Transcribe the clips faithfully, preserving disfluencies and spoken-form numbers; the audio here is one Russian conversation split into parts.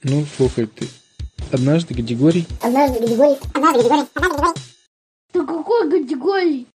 Ну, слухай ты. Однажды Гадигорий... Однажды Гадигорий... Однажды Гадигорий... Однажды Гадигорий... Да какой Гадигорий?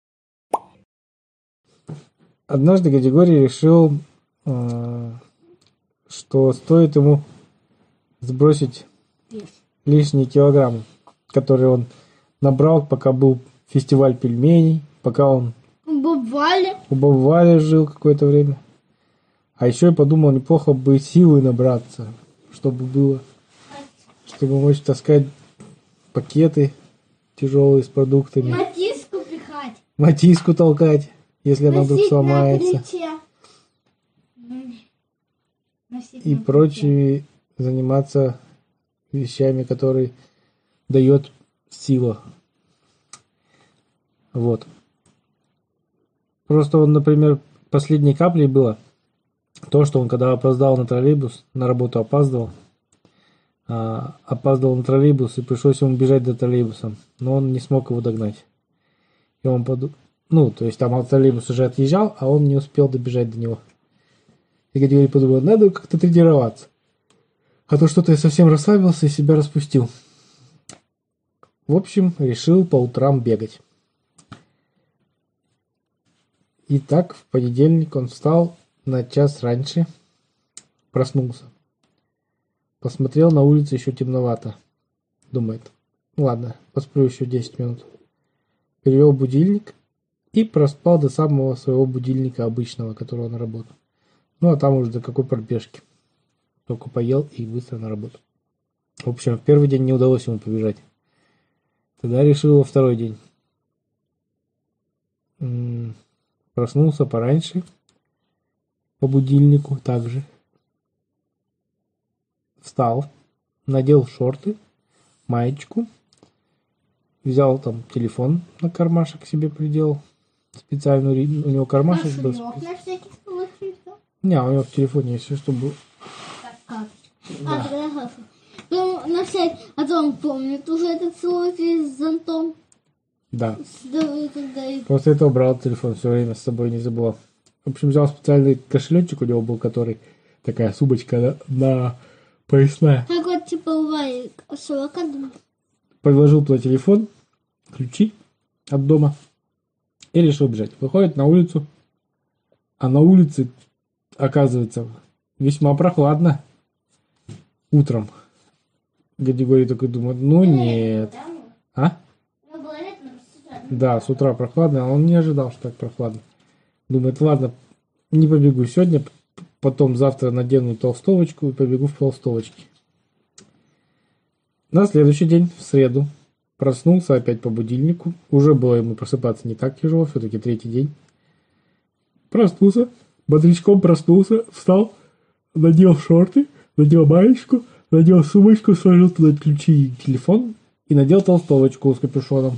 Однажды Гадигорий решил, э, что стоит ему сбросить Вес. лишние килограммы, которые он набрал, пока был фестиваль пельменей, пока он Бывали. у Бавали жил какое-то время. А еще я подумал, неплохо бы силы набраться, чтобы было, чтобы мочь таскать пакеты тяжелые с продуктами, Матиску пихать. матиску толкать, если она вдруг Носить на сломается, плече. М. Носить и на прочими заниматься вещами, которые дает сила. Вот. Просто он, например, последней каплей было то, что он, когда опоздал на троллейбус, на работу опаздывал, а, опаздывал на троллейбус, и пришлось ему бежать до троллейбуса, но он не смог его догнать. И он поду... Ну, то есть там троллейбус уже отъезжал, а он не успел добежать до него. И Гадигорий подумал, надо как-то тренироваться. А то что-то я совсем расслабился и себя распустил. В общем, решил по утрам бегать. И так в понедельник он встал на час раньше, проснулся. Посмотрел, на улице еще темновато. Думает, ну ладно, посплю еще десять минут. Перевел будильник и проспал до самого своего будильника обычного, которого на работу. Ну а там уже до какой пробежки. Только поел и быстро на работу. В общем, в первый день не удалось ему побежать. Тогда решил во второй день. М-м, проснулся пораньше, по будильнику также. Встал, надел шорты, маечку, взял там телефон на кармашек себе приделал. Специальную, у него кармашек был. Кошелек на всякий случай. Да? Не, у него в телефоне есть все, чтобы... Так как? Да. А, тогда хорошо. Потом на всякий... А то он помнит уже этот случай с зонтом. Да. Да, когда и... После этого брал телефон, все время с собой не забывал. В общем, взял специальный кошелечек у него был, который такая сумочка на, на поясная. Как вот типа бывает шелокадом. Подложил туда телефон, ключи от дома и решил бежать. Выходит на улицу, а на улице, оказывается, весьма прохладно утром. Гадигорий такой думает, ну нет. А? Да, с утра прохладно, а он не ожидал, что так прохладно. Думает, ладно, не побегу сегодня, потом завтра надену толстовочку и побегу в толстовочке. На следующий день, в среду, проснулся опять по будильнику. Уже было ему просыпаться не так тяжело, все-таки третий день. Проснулся, бодрячком проснулся, встал, надел шорты, надел маечку, надел сумочку, сложил туда ключи и телефон и надел толстовочку с капюшоном.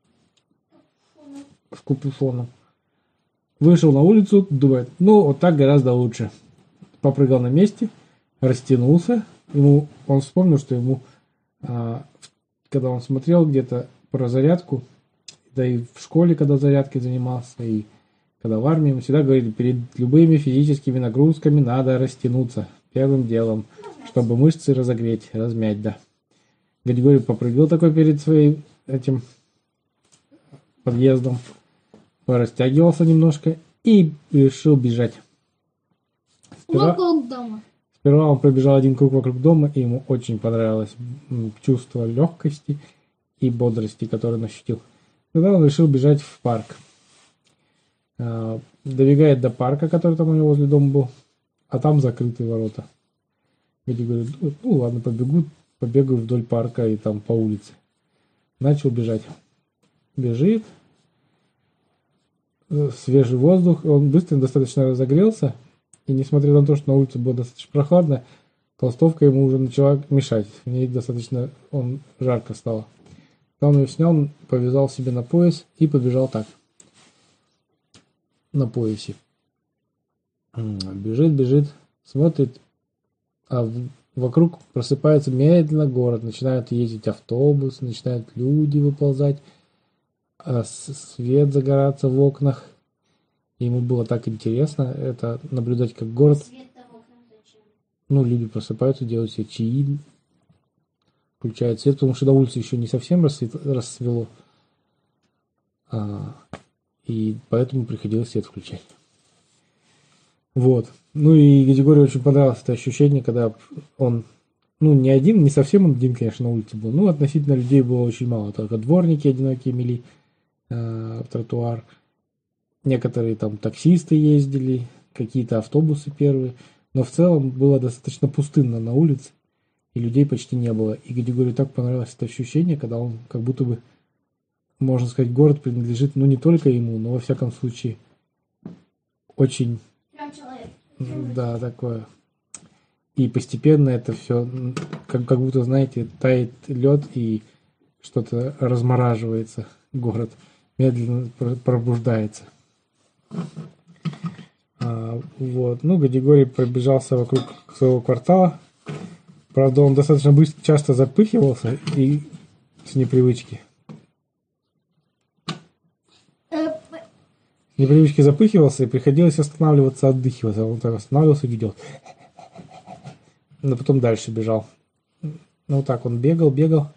С капюшоном. Вышел на улицу, думает, ну, вот так гораздо лучше. Попрыгал на месте, растянулся. Ему, он вспомнил, что ему, а, когда он смотрел где-то про зарядку, да и в школе, когда зарядкой занимался, и когда в армии, ему всегда говорили, перед любыми физическими нагрузками надо растянуться первым делом, чтобы мышцы разогреть, размять, да. Гадигорий попрыгал такой перед своим этим подъездом, порастягивался немножко и решил бежать. Сперва, Вокруг дома. сперва он пробежал один круг вокруг дома, и ему очень понравилось чувство легкости и бодрости, которое он ощутил. Тогда он решил бежать в парк. Добегает до парка, который там у него возле дома был, а там закрытые ворота. Гадигорий говорит, ну ладно, побегу, побегаю вдоль парка и там по улице. Начал бежать. Бежит. Свежий воздух, он быстро достаточно разогрелся, и несмотря на то, что на улице было достаточно прохладно, толстовка ему уже начала мешать, в ней достаточно он жарко стало. Когда он ее снял, повязал себе на пояс и побежал так, на поясе. Бежит, бежит, смотрит, а вокруг просыпается медленно город, начинают ездить автобусы, начинают люди выползать, свет загораться в окнах. Ему было так интересно это наблюдать, как город... Свет в окнах зачем? ну, люди просыпаются, делают себе чаи, включают свет, потому что на улице еще не совсем рассвет, рассвело. А, и поэтому приходилось свет включать. Вот. Ну и Григорию очень понравилось это ощущение, когда он, ну, не один, не совсем он один, конечно, на улице был, ну, относительно людей было очень мало. Только дворники одинокие мели э, в тротуар. Некоторые там таксисты ездили, какие-то автобусы первые. Но в целом было достаточно пустынно на улице, и людей почти не было. И Григорию так понравилось это ощущение, когда он как будто бы, можно сказать, город принадлежит, ну, не только ему, но во всяком случае очень... Прям человек. Да, такое. И постепенно это все, как, как будто, знаете, тает лед и что-то размораживается, город медленно пробуждается. А, вот. Ну, Григорий пробежался вокруг своего квартала. Правда, он достаточно быстро, часто запыхивался и с непривычки. С непривычки запыхивался и приходилось останавливаться, отдыхиваться. Он так останавливался и видел. Но потом дальше бежал. Ну, так он бегал, бегал.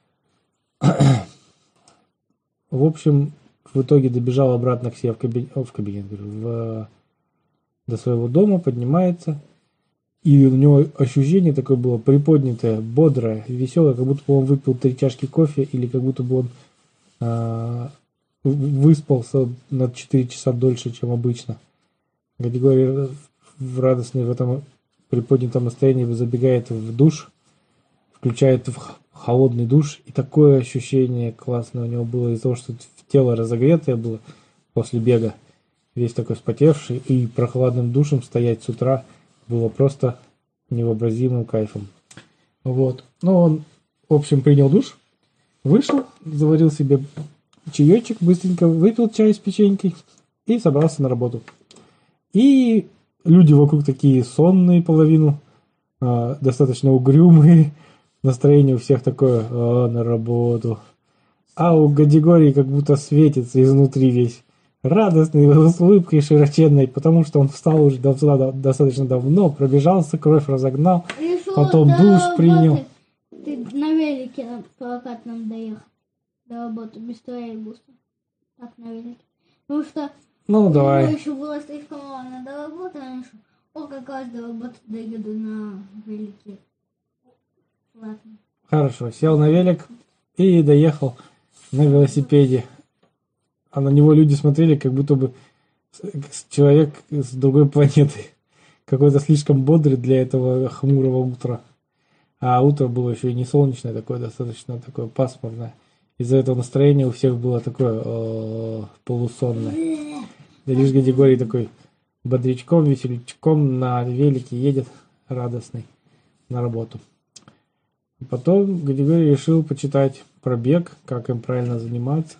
В общем, в итоге добежал обратно к себе в кабинет, в кабинет, говорю, в, до своего дома, поднимается. И у него ощущение такое было приподнятое, бодрое, веселое, как будто бы он выпил три чашки кофе или как будто бы он а, выспался на четыре часа дольше, чем обычно. Григорий в радостный в этом приподнятом настроении забегает в душ, включает в холодный душ, и такое ощущение классное у него было из-за того, что тело разогретое было после бега, весь такой вспотевший, и прохладным душем стоять с утра было просто невообразимым кайфом. Вот. Ну, он, в общем, принял душ, вышел, заварил себе чаечек, быстренько выпил чай с печенькой и собрался на работу. И люди вокруг такие сонные половину, э, достаточно угрюмые, настроение у всех такое: а, на работу. А у Григория как будто светится изнутри весь, радостный, с улыбкой широченной, потому что он встал уже достаточно давно, пробежался, кровь разогнал, Решил потом до душ работы принял. Ты на велике на прокатном доехал до работы, без троллейбуса. Так, на велике. Потому что Ну, давай. еще было слишком рано до работы, а решил, о, как раз до работы доеду на велике. Ладно. Хорошо, сел на велик и доехал на велосипеде. А на него люди смотрели, как будто бы человек с другой планеты. Какой-то слишком бодрый для этого хмурого утра. А утро было еще и не солнечное, такое достаточно такое пасмурное. Из-за этого настроение у всех было такое о, полусонное. Да лишь Григорий такой бодрячком, веселячком на велике едет, радостный, на работу. Потом Григорий решил почитать про бег, как им правильно заниматься.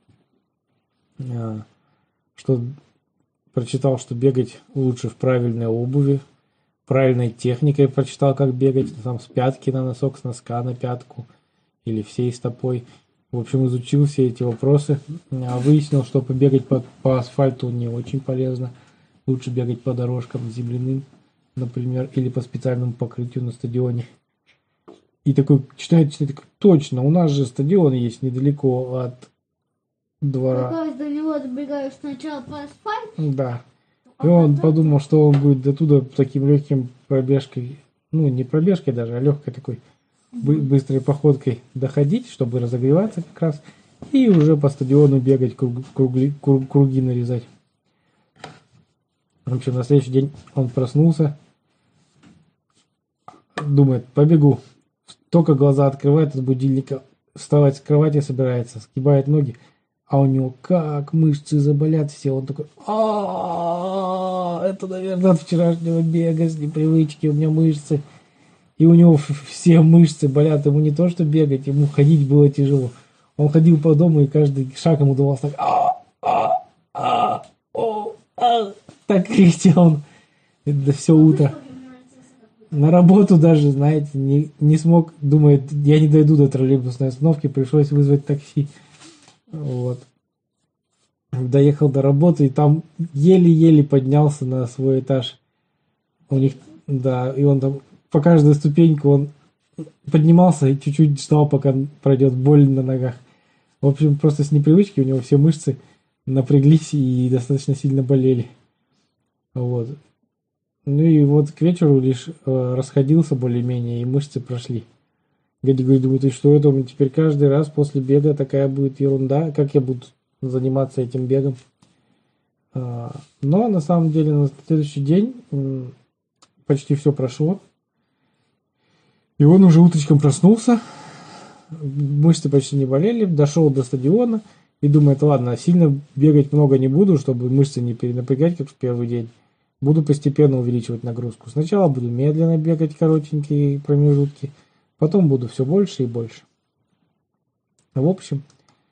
Что прочитал, что бегать лучше в правильной обуви, правильной техникой прочитал, как бегать, там с пятки на носок, с носка на пятку или всей стопой. В общем, изучил все эти вопросы, выяснил, что побегать по, по асфальту не очень полезно. Лучше бегать по дорожкам земляным, например, или по специальному покрытию на стадионе. И такой читает, читает, такой, точно, у нас же стадион есть недалеко от двора. Как раз до него добегаешь сначала по асфальту. Да. И он подумал, что он будет до туда таким легким пробежкой, ну не пробежкой даже, а легкой такой бы- быстрой походкой доходить, чтобы разогреваться как раз, и уже по стадиону бегать, круг, кругли, круг, круги нарезать. В общем, на следующий день он проснулся, думает, побегу. Только глаза открывает от будильника, вставать с кровати собирается, сгибает ноги, а у него как мышцы заболят все. Он такой, а это, наверное, от вчерашнего бега с непривычки, у меня мышцы. И у него все мышцы болят, ему не то что бегать, ему ходить было тяжело. Он ходил по дому, и каждый шаг ему давался так, а а а о а так кричал он это все утро. На работу даже, знаете, не, не смог, думает, я не дойду до троллейбусной остановки, пришлось вызвать такси. Вот. Доехал до работы, и там еле-еле поднялся на свой этаж. У них Да, и он там по каждой ступеньку он поднимался и чуть-чуть ждал, пока пройдет боль на ногах. В общем, просто с непривычки у него все мышцы напряглись и достаточно сильно болели. Вот. Ну и вот к вечеру лишь э, расходился более-менее, и мышцы прошли. Гади говорит, думает, и что это? Теперь каждый раз после бега такая будет ерунда. Как я буду заниматься этим бегом? А, но на самом деле на следующий день м, почти все прошло. И он уже утречком проснулся. Мышцы почти не болели. Дошел до стадиона. И думает, ладно, сильно бегать много не буду, чтобы мышцы не перенапрягать, как в первый день. Буду постепенно увеличивать нагрузку. Сначала буду медленно бегать коротенькие промежутки, потом буду все больше и больше. В общем,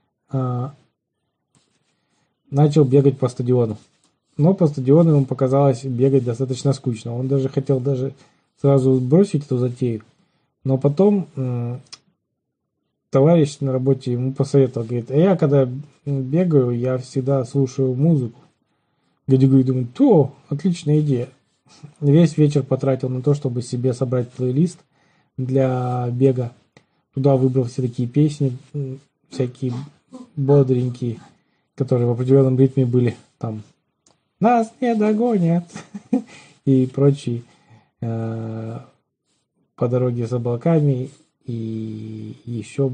начал бегать по стадиону. Но по стадиону ему показалось бегать достаточно скучно. Он даже хотел даже сразу бросить эту затею. Но потом товарищ на работе ему посоветовал, говорит, а я когда бегаю, я всегда слушаю музыку. Гади говорит, думает, то, отличная идея. Весь вечер потратил на то, чтобы себе собрать плейлист для бега. Туда выбрал все такие песни, всякие бодренькие, которые в определенном ритме были. Там «Нас не догонят» и прочие э, «По дороге с облаками» и еще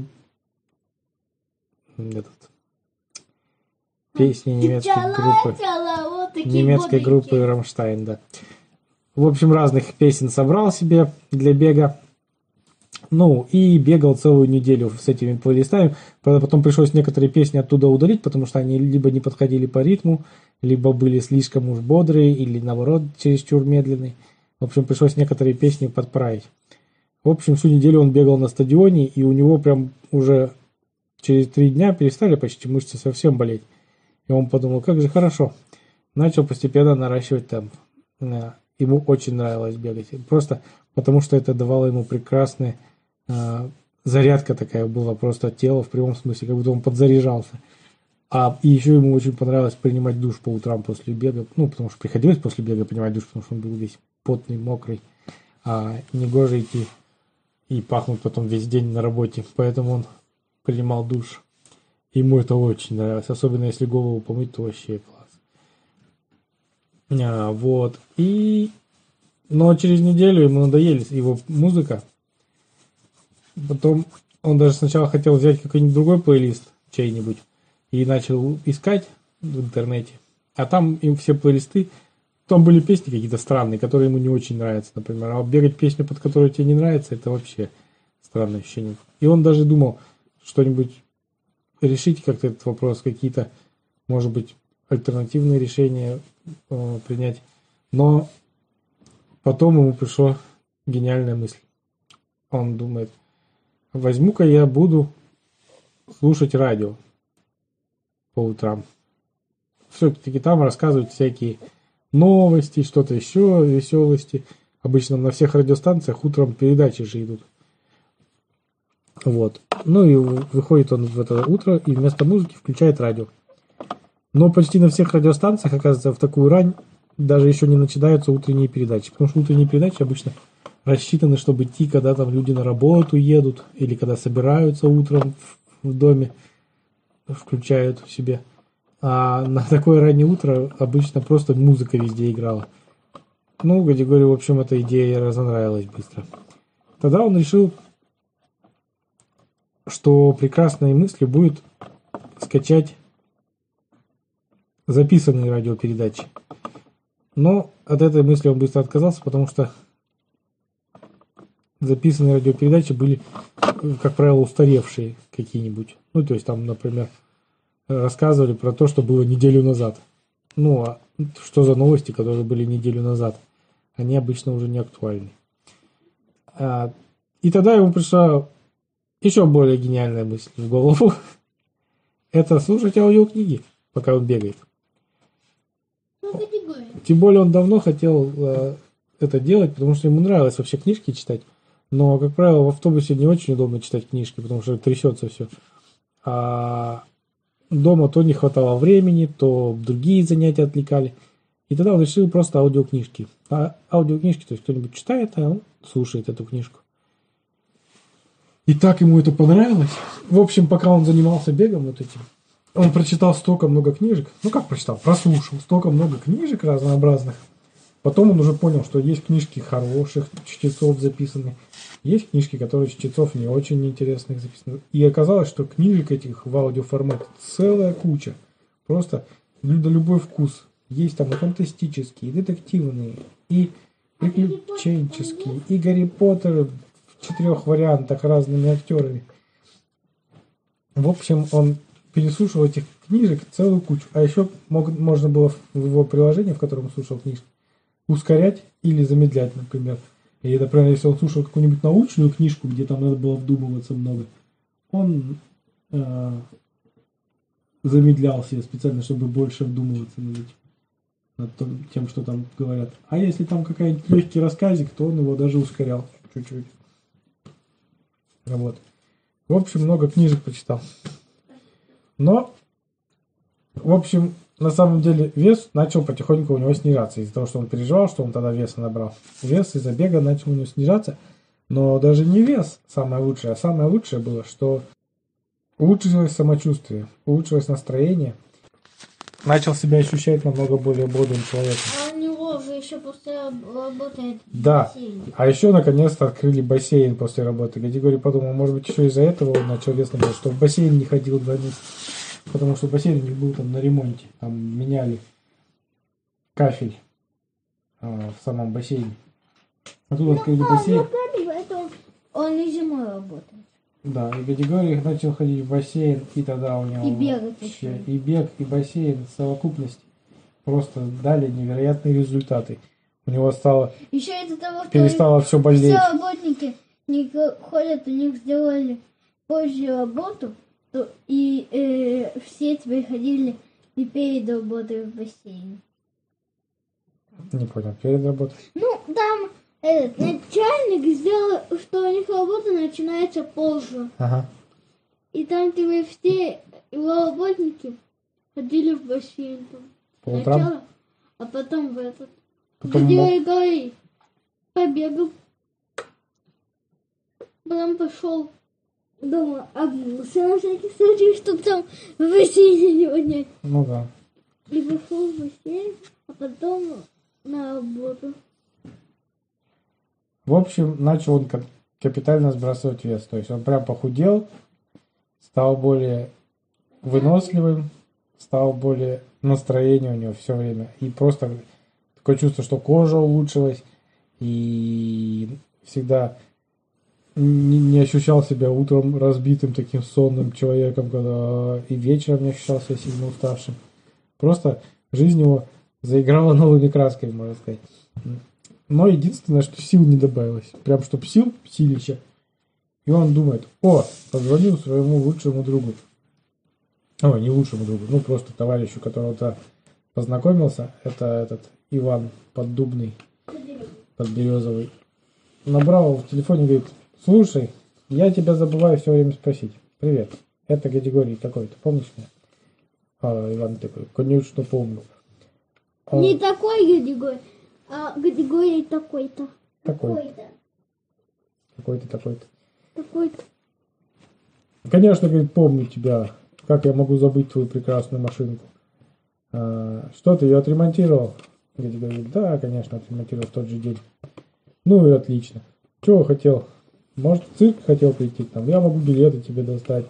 этот, песни немецкой группы. Немецкой группы «Рамштайн», да. В общем, разных песен собрал себе для бега. Ну, и бегал целую неделю с этими плейлистами. Правда, потом пришлось некоторые песни оттуда удалить, потому что они либо не подходили по ритму, либо были слишком уж бодрые, или наоборот, чересчур медленные. В общем, пришлось некоторые песни подправить. В общем, всю неделю он бегал на стадионе, и у него прям уже через три дня перестали почти мышцы совсем болеть. И он подумал, как же хорошо. Начал постепенно наращивать темп. Ему очень нравилось бегать. Просто потому, что это давало ему прекрасная э, зарядка такая была, просто тело в прямом смысле, как будто он подзаряжался. А и еще ему очень понравилось принимать душ по утрам после бега. Ну, потому что приходилось после бега принимать душ, потому что он был весь потный, мокрый. А негоже идти и пахнуть потом весь день на работе. Поэтому он принимал душ. Ему это очень нравилось. Особенно если голову помыть, то вообще класс. А, вот. И... Но через неделю ему надоели его музыка. Потом он даже сначала хотел взять какой-нибудь другой плейлист, чей-нибудь, и начал искать в интернете. А там им все плейлисты, там были песни какие-то странные, которые ему не очень нравятся, например. А бегать песню, под которую тебе не нравится, это вообще странное ощущение. И он даже думал что-нибудь решить как-то этот вопрос, какие-то, может быть, альтернативные решения э, принять. Но потом ему пришла гениальная мысль. Он думает, возьму-ка я буду слушать радио по утрам. Все-таки там рассказывают всякие новости, что-то еще, веселости. Обычно на всех радиостанциях утром передачи же идут. Вот. Ну и выходит он в это утро и вместо музыки включает радио. Но почти на всех радиостанциях, оказывается, в такую рань даже еще не начинаются утренние передачи. Потому что утренние передачи обычно рассчитаны, чтобы идти, когда там люди на работу едут, или когда собираются утром в, в доме, включают себе. А на такое раннее утро обычно просто музыка везде играла. Ну, Гади говорю, в общем, эта идея разонравилась быстро. Тогда он решил, что прекрасной мыслью будет скачать записанные радиопередачи. Но от этой мысли он быстро отказался, потому что записанные радиопередачи были, как правило, устаревшие какие-нибудь. Ну, то есть там, например, рассказывали про то, что было неделю назад. Ну, а что за новости, которые были неделю назад? Они обычно уже не актуальны. А, и тогда ему пришла еще более гениальная мысль в голову. Это слушать аудиокниги, пока он бегает. Тем более он давно хотел э, это делать, потому что ему нравилось вообще книжки читать. Но, как правило, в автобусе не очень удобно читать книжки, потому что трясется все. А дома то не хватало времени, то другие занятия отвлекали. И тогда он решил просто аудиокнижки а аудиокнижки, то есть кто-нибудь читает, а он слушает эту книжку. И так ему это понравилось. В общем, пока он занимался бегом вот этим, он прочитал столько много книжек. Ну, как прочитал? Прослушал столько много книжек разнообразных. Потом он уже понял, что есть книжки хороших чтецов записаны, есть книжки, которые чтецов не очень интересных записаны. И оказалось, что книжек этих в аудиоформате целая куча. Просто на любой вкус. Есть там и фантастические, и детективные, и приключенческие, и Гарри Поттеры в четырех вариантах разными актерами. В общем, он переслушал этих книжек целую кучу. А еще мог, можно было в его приложении, в котором он слушал книжки, ускорять или замедлять, например. И, например, если он слушал какую-нибудь научную книжку, где там надо было вдумываться много, он э, замедлял себе специально, чтобы больше вдумываться над этим, над тем, что там говорят. А если там какой-нибудь легкий рассказик, то он его даже ускорял чуть-чуть. Вот. В общем, много книжек почитал. Но, в общем, на самом деле вес начал потихоньку у него снижаться из-за того, что он переживал, что он тогда веса набрал. Вес из-за бега начал у него снижаться. Но даже не вес самое лучшее, а самое лучшее было, что улучшилось самочувствие, улучшилось настроение. Начал себя ощущать намного более бодрым человеком. А у него же еще после работает Да. бассейн. А еще наконец-то открыли бассейн после работы. Григорий подумал, может быть, еще из-за этого он начал вес набирать, что в бассейн не ходил два месяца. Потому что бассейн у них был там на ремонте. Там меняли кафель а, в самом бассейне. А тут открыли бассейн. Поэтому он и зимой работает. Да, и Григорий начал ходить в бассейн, и тогда у него И бегать вообще еще. и бег, и бассейн в совокупности просто дали невероятные результаты. У него стало, Еще из-за того, что перестало все болеть. все работники не ходят, у них сделали позже работу, то и э, все теперь ходили и перед работой в бассейн. Не понял, перед работой. Ну, там этот начальник сделал, что у них работа начинается позже. Ага. И там теперь все его работники ходили в бассейн. Там. По утрам? Сначала, а потом в этот. Потом Где мог- я говорю, побегал. Потом пошел дома, обулся на всякий случай, чтобы там в бассейне не вонять. Ну да. И пошел в бассейн, а потом на работу. В общем, начал он ка- капитально сбрасывать вес. То есть он прям похудел, стал более выносливым, стал более настроение у него все время. И просто такое чувство, что кожа улучшилась. И всегда не, не ощущал себя утром разбитым таким сонным человеком, когда и вечером не ощущал себя сильно уставшим. Просто жизнь его заиграла новыми красками, можно сказать. Но единственное, что сил не добавилось. Прям чтоб сил, силища. И он думает, о, позвонил своему лучшему другу. Ой, не лучшему другу, ну просто товарищу, которого-то познакомился. Это этот Иван Поддубный, Подберезовый. Набрал его в телефоне и говорит, слушай, я тебя забываю все время спросить. Привет, это Григорий такой-то, помнишь меня? А Иван такой, конечно, помню. Он Не такой Григорий, а Григорий такой-то. такой-то, такой-то, такой-то. Такой-то. Конечно, говорит, помню тебя. Как я могу забыть твою прекрасную машинку? А, что ты ее отремонтировал? Говорит, говорит, да, конечно, отремонтировал в тот же день. Ну и отлично. Чего хотел? Может, в цирк хотел прийти к нам? Я могу билеты тебе достать.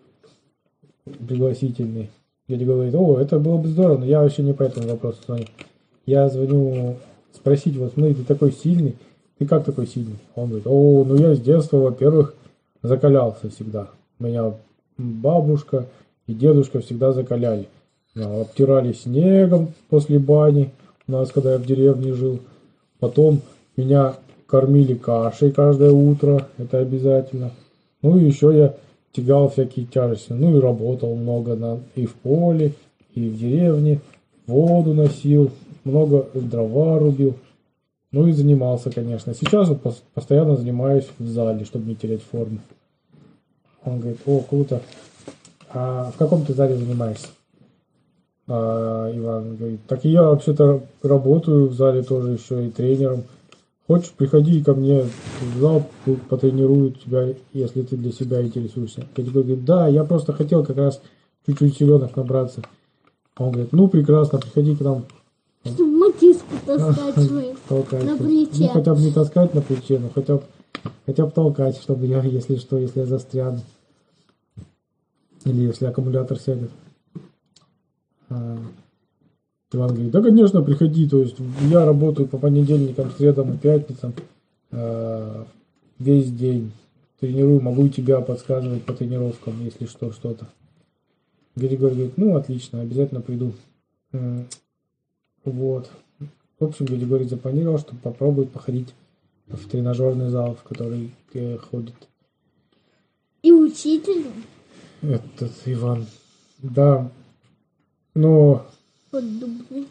Пригласительные. Дядя говорит, о, это было бы здорово, но я вообще не по этому вопросу звоню. Я звоню спросить, вот смотри, ты такой сильный. Ты как такой сильный? Он говорит, о, ну я с детства, во-первых, закалялся всегда. Меня бабушка и дедушка всегда закаляли. Меня обтирали снегом после бани у нас, когда я в деревне жил. Потом меня кормили кашей каждое утро, это обязательно. Ну и еще я тягал всякие тяжести. Ну и работал много на, и в поле, и в деревне. Воду носил, много дрова рубил. Ну и занимался, конечно. Сейчас вот пос- постоянно занимаюсь в зале, чтобы не терять форму. Он говорит, о, круто. А в каком ты зале занимаешься? А Иван говорит, так и я вообще-то работаю в зале тоже еще и тренером. Хочешь, приходи ко мне в зал, потренируют тебя, если ты для себя интересуешься. Категория говорит, да, я просто хотел как раз чуть-чуть силенок набраться. А он говорит, ну прекрасно, приходи к нам. Чтобы мотиску таскать свою Толкать. на Ну, плече. хотя бы не таскать на плече, но хотя бы, хотя бы толкать, чтобы я, если что, если я застряну. Или если аккумулятор сядет. А, Иван говорит, да, конечно, приходи. То есть я работаю по понедельникам, средам и пятницам э, весь день. Тренирую, могу тебя подсказывать по тренировкам, если что, что-то. Григорий говорит, ну, отлично, обязательно приду. М, Вот. В общем, Григорий запланировал, что попробует походить в тренажерный зал, в который э, ходит И учителю этот Иван. Да. Но, поддубный.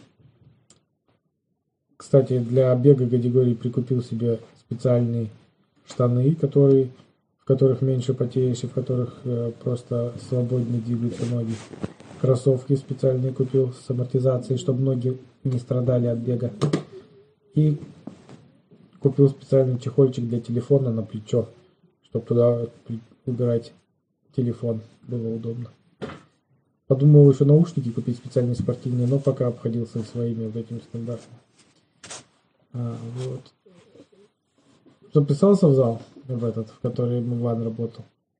кстати, для бега Григорий прикупил себе специальные штаны, которые, в которых меньше потеешь и в которых э, просто свободнее двигаются ноги. Кроссовки специальные купил с амортизацией, чтобы ноги не страдали от бега. И купил специальный чехольчик для телефона на плечо, чтобы туда при- убирать телефон. Было удобно. Подумал еще наушники купить специальные спортивные, но пока обходился своими вот этими стандартными. А, вот. Записался в зал, в этот, в который Иван работал.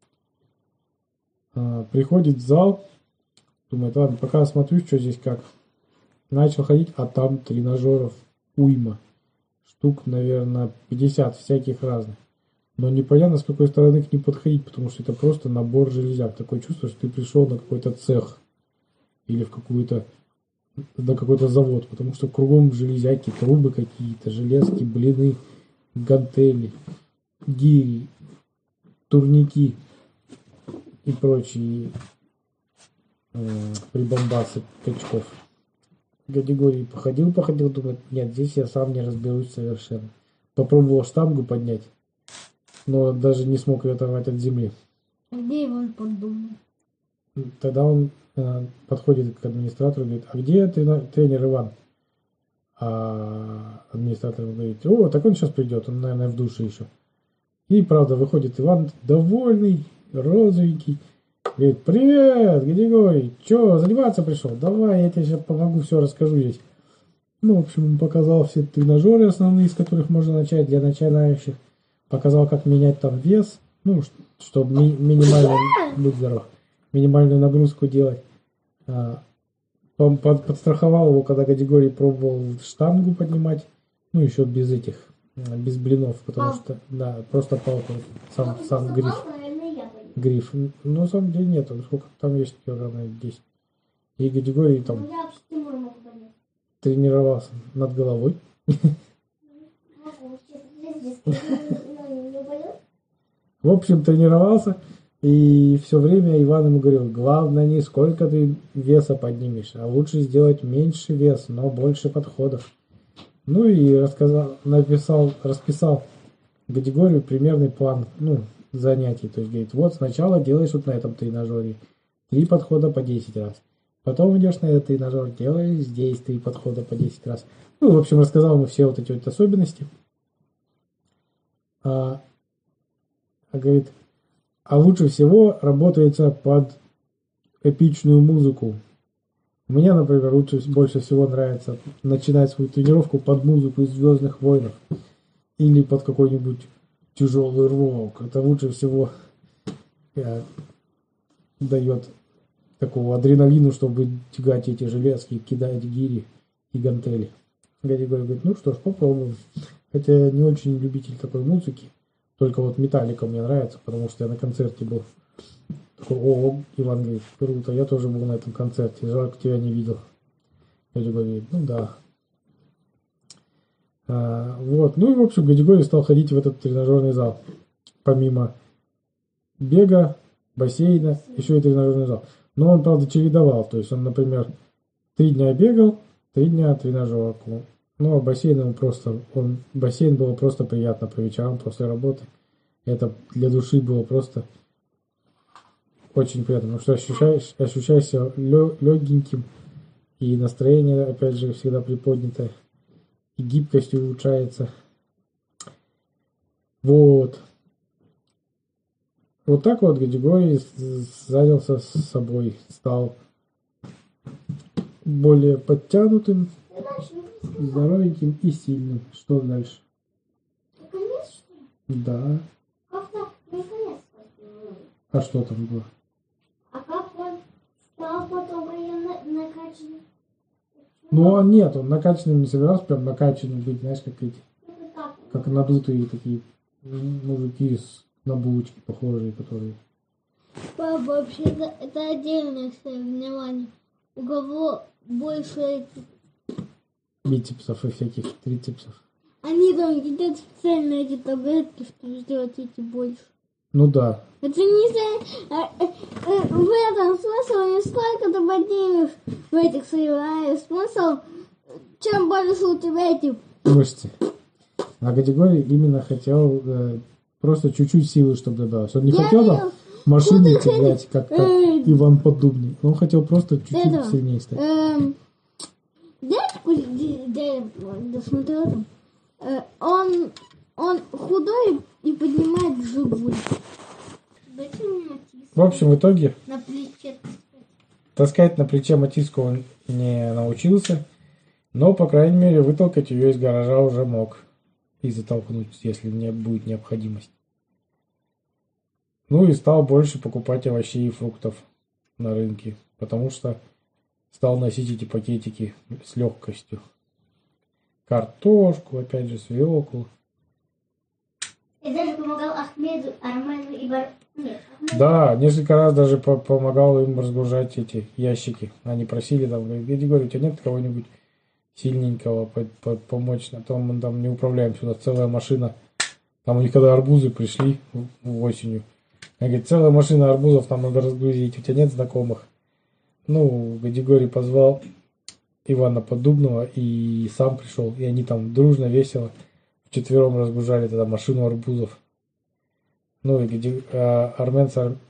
А, приходит в зал, думает, ладно, пока осмотрю, что здесь как. Начал ходить, а там тренажеров уйма. Штук, наверное, пятьдесят всяких разных. Но непонятно, с какой стороны к ним подходить, потому что это просто набор железяк. Такое чувство, что ты пришел на какой-то цех или в какую-то на какой-то завод, потому что кругом железяки, трубы какие-то, железки, блины, гантели, гири, турники и прочие э, прибамбасы качков. Категории походил, походил, думает, нет, здесь я сам не разберусь совершенно. Попробовал штангу поднять, но даже не смог ее оторвать от земли. Где Иван поддубный? Тогда он э, подходит к администратору и говорит, а где трена- тренер Иван? А администратор говорит, о, так он сейчас придет, он, наверное, в душе еще. И правда, выходит Иван довольный, розовенький. Говорит, привет, Григорий, че, заниматься пришел? Давай, я тебе сейчас помогу, все расскажу здесь. Ну, в общем, он показал все тренажеры основные, с которых можно начать для начинающих. Показал, как менять там вес, ну, чтобы ми- минимальную, будь здоров, минимальную нагрузку делать. А, он под- подстраховал его, когда Григорий пробовал штангу поднимать, ну, еще без этих, э, без блинов, потому Палку. что, да, просто палку, сам, сам гриф. Наверное, я пойду. Гриф. Ну, на самом деле нет, он сколько там весит, килограмм, наверное, десять. И Григорий там Ну, я вообще не могу понять. тренировался над головой. Могу, сейчас, подожди, ну, не болел? В общем, тренировался, и все время Иван ему говорил, главное не сколько ты веса поднимешь, а лучше сделать меньше вес, но больше подходов. Ну и рассказал, написал, расписал Григорию примерный план, ну, занятий. То есть говорит, вот сначала делаешь вот на этом тренажере три подхода по десять раз. Потом идешь на этот тренажер, делаешь здесь три подхода по десять раз. Ну, в общем, рассказал ему все вот эти вот особенности. А, а говорит, а лучше всего работается под эпичную музыку. Мне, например, лучше, больше всего нравится начинать свою тренировку под музыку из «Звездных войнов» или под какой-нибудь тяжелый рок. Это лучше всего э, дает такого адреналину, чтобы тягать эти железки, кидать гири и гантели. Григорий говорит, ну что ж, попробуем. Хотя я не очень любитель такой музыки. Только вот Металлика мне нравится, потому что я на концерте был. Такой, о, Иван говорит, круто, я тоже был на этом концерте, жалко, тебя не видел. Григорий говорит, ну да. А, вот, ну и в общем, Григорий стал ходить в этот тренажерный зал. Помимо бега, бассейна, еще и тренажерный зал. Но он, правда, чередовал. То есть он, например, три дня бегал, три дня тренажерку. Ну, а бассейн ему просто, он, бассейн было просто приятно по вечерам после работы. Это для души было просто очень приятно, потому что ощущаешь, ощущаешься легеньким, и настроение, опять же, всегда приподнятое, и гибкость улучшается. Вот. Вот так вот Гадигорий занялся с собой, стал более подтянутым, здоровеньким и сильным. Что дальше? Конец, что ли? Да. Как так? Не конец. А что там было? А как он стал потом на- накачанным? Ну, а нет, он накачанным не собирался, прям накачанным быть, знаешь, как эти, Это как? как надутые такие мужики с на булочки похожие, которые... Папа, вообще-то это отдельное соревнование. У кого больше этих... бицепсов и всяких трицепсов. Они там едят специально эти таблетки, чтобы сделать эти больше. Ну да. Это не за... а, э, э, в этом смысл не столько ты поднимешь в этих соревнованиях. Смысл, чем больше у тебя этих... Мышцы. А Гадигорий именно хотел э, просто чуть-чуть силы, чтобы добавилось. Он не Я хотел там видел, машины кто-то тягать, как, как э, Иван Поддубный. Он хотел просто чуть-чуть этого, сильнее стать. эм, дядьку, дя- дядя, досмотрел там, э, он, он худой и поднимает Жигуль. Дайте мне Матиску. В общем, в итоге На плече. таскать на плече Матиску он не научился, но, по крайней мере, вытолкать ее из гаража уже мог. И затолкнуть, если не будет необходимость. Ну и стал больше покупать овощей и фруктов на рынке, потому что стал носить эти пакетики с легкостью. Картошку, опять же, свеклу. И даже помогал Ахмеду, Армену и Бар... Нет, Ахмеду. Да, несколько раз даже по- помогал им разгружать эти ящики. Они просили там, говорят, Гадигорий, у тебя нет кого-нибудь сильненького по- по- помочь, а то мы там не управляем, сюда целая машина. Там у них когда арбузы пришли в- в осенью. Я говорю, целая машина арбузов там надо разгрузить, у тебя нет знакомых. Ну, Гадигорий позвал Ивана Поддубного и сам пришел. И они там дружно, весело вчетвером разгружали тогда машину арбузов. Ну и Гади... а Армен с, Ар...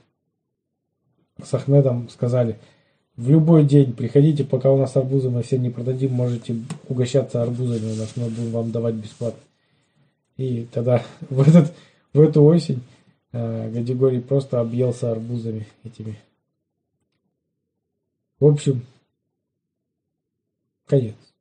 с Ахмедом сказали, в любой день приходите, пока у нас арбузы мы все не продадим, можете угощаться арбузами у нас, мы будем вам давать бесплатно. И тогда в, этот, в эту осень э, Гадигорий просто объелся арбузами этими. В общем, конец.